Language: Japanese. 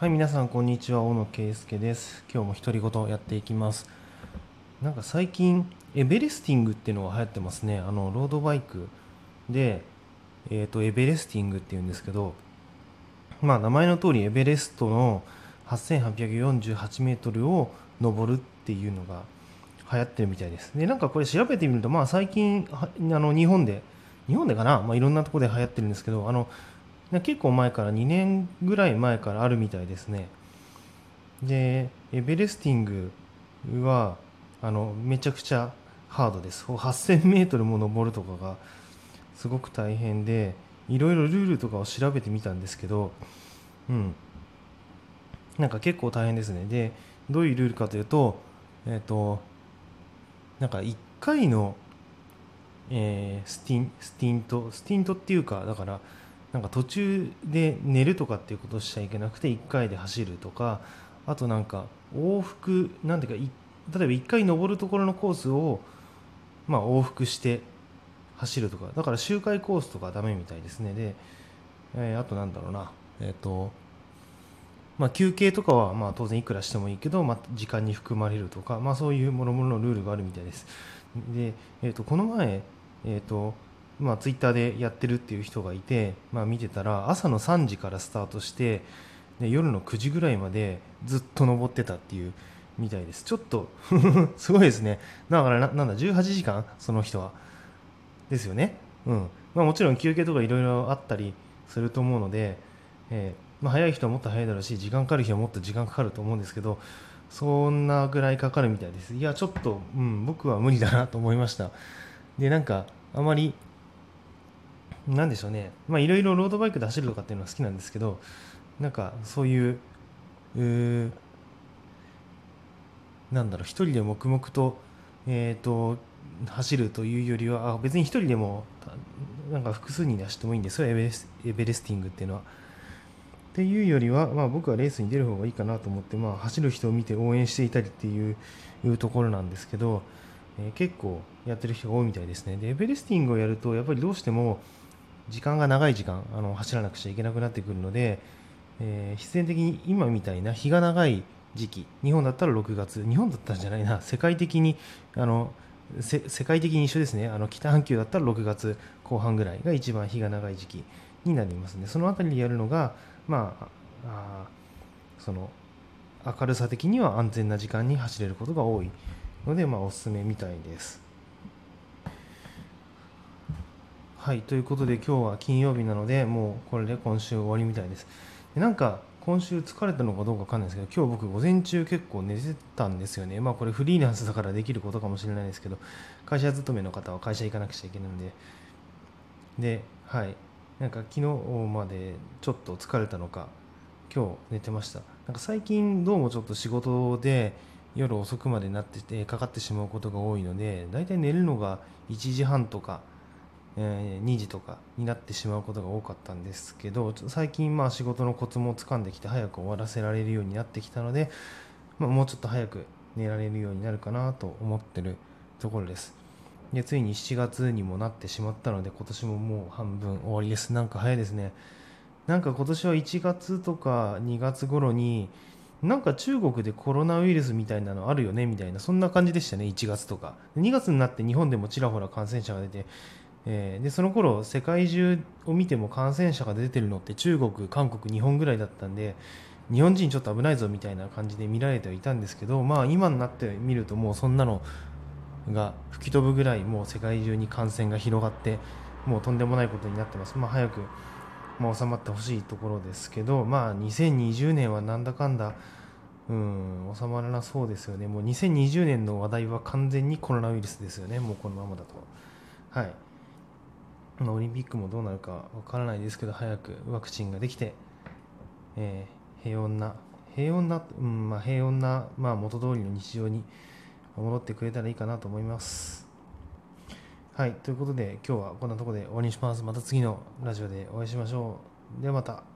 はい、皆さん、こんにちは。大野圭介です。今日も独り言やっていきます。なんか最近、エベレスティングっていうのが流行ってますね。ロードバイクで、エベレスティングっていうんですけど、まあ、名前の通り、エベレストの8848メートルを登るっていうのが流行ってるみたいです。で、なんかこれ調べてみると、まあ、最近、日本でかな、まあ、いろんなところで流行ってるんですけど、結構前から2年ぐらい前からあるみたいですね。で、エベレスティングは、めちゃくちゃハードです。8000メートルも登るとかがすごく大変で、いろいろルールとかを調べてみたんですけど、うん、なんか結構大変ですね。で、どういうルールかというと、えっ、と、なんか1回の、スティントっていうか、だから、なんか途中で寝るとかっていうことをしちゃいけなくて、1回で走るとか、あとなんか往復、なんていうか、例えば1回登るところのコースを、まあ、往復して走るとか、だから周回コースとかダメみたいですね。で、あとなんだろうな、まあ、休憩とかはまあ当然いくらしてもいいけど、まあ、時間に含まれるとか、まあ、そういうもろもろのルールがあるみたいです。で、この前、まあ、ツイッターでやってるっていう人がいて、まあ、見てたら朝の3時からスタートしてで夜の9時ぐらいまでずっと登ってたっていうみたいです。ちょっとすごいですね。だからなんだ18時間その人はですよね。うん。まあ、もちろん休憩とかいろいろあったりすると思うので、まあ、早い人はもっと早いだろうし、時間かかる人はもっと時間かかると思うんですけど、そんなぐらいかかるみたいです。いや、ちょっと、僕は無理だなと思いました。で、なんか、あまり、なんでしょうね、まあ、いろいろロードバイクで走るとかっていうのは好きなんですけど、なんか、そういう、うーなんだろう、一人で黙々と、走るというよりは、別に一人でも、なんか複数人で走ってもいいんですよ、エベレスティングっていうのは。っていうよりは、まあ、僕はレースに出る方がいいかなと思って、まあ、走る人を見て応援していたりっていうところなんですけど、結構やってる人が多いみたいですね。で、エベレスティングをやると、やっぱりどうしても時間が長い時間走らなくちゃいけなくなってくるので、必然的に今みたいな日が長い時期、日本だったら6月、日本だったらじゃないな、世界的にあの世界的に一緒ですね。北半球だったら6月後半ぐらいが一番日が長い時期になりますね。そのあたりでやるのが、まその明るさ的には安全な時間に走れることが多いので、まあ、おすすめみたいです。はい、ということで今日は金曜日なので、もうこれで今週終わりみたいです。でなんか今週疲れたのかどうかわかんないですけど、今日僕午前中結構寝てたんですよね。まあこれフリーランスだからできることかもしれないですけど、会社勤めの方は会社行かなくちゃいけないので、はい、なんか昨日までちょっと疲れたのか、今日寝てました。なんか最近どうもちょっと仕事で夜遅くまでなっててかかってしまうことが多いので、だいたい寝るのが1時半とか2時とかになってしまうことが多かったんですけど、最近まあ仕事のコツもつかんできて早く終わらせられるようになってきたので、まあ、もうちょっと早く寝られるようになるかなと思ってるところです。でついに7月にもなってしまったので、今年ももう半分終わりです。なんか早いですね。なんか今年は1月とか2月頃になんか中国でコロナウイルスみたいなのあるよねみたいな、そんな感じでしたね。1月とか2月になって日本でもちらほら感染者が出て、でその頃世界中を見ても感染者が出てるのって中国、韓国、日本ぐらいだったんで、日本人ちょっと危ないぞみたいな感じで見られてはいたんですけど、まあ今になってみるともうそんなのが吹き飛ぶぐらいもう世界中に感染が広がって、もうとんでもないことになってます。まあ早く、まあ、収まってほしいところですけど、まあ2020年はなんだかんだ収まらなそうですよね。もう2020年の話題は完全にコロナウイルスですよね。もうこのままだと。はい。まあ、オリンピックもどうなるかわからないですけど、早くワクチンができて、平穏な、平穏な、まあ、元通りの日常に戻ってくれたらいいかなと思います。はい、ということで、今日はこんなところで終わりにします。また次のラジオでお会いしましょう。ではまた。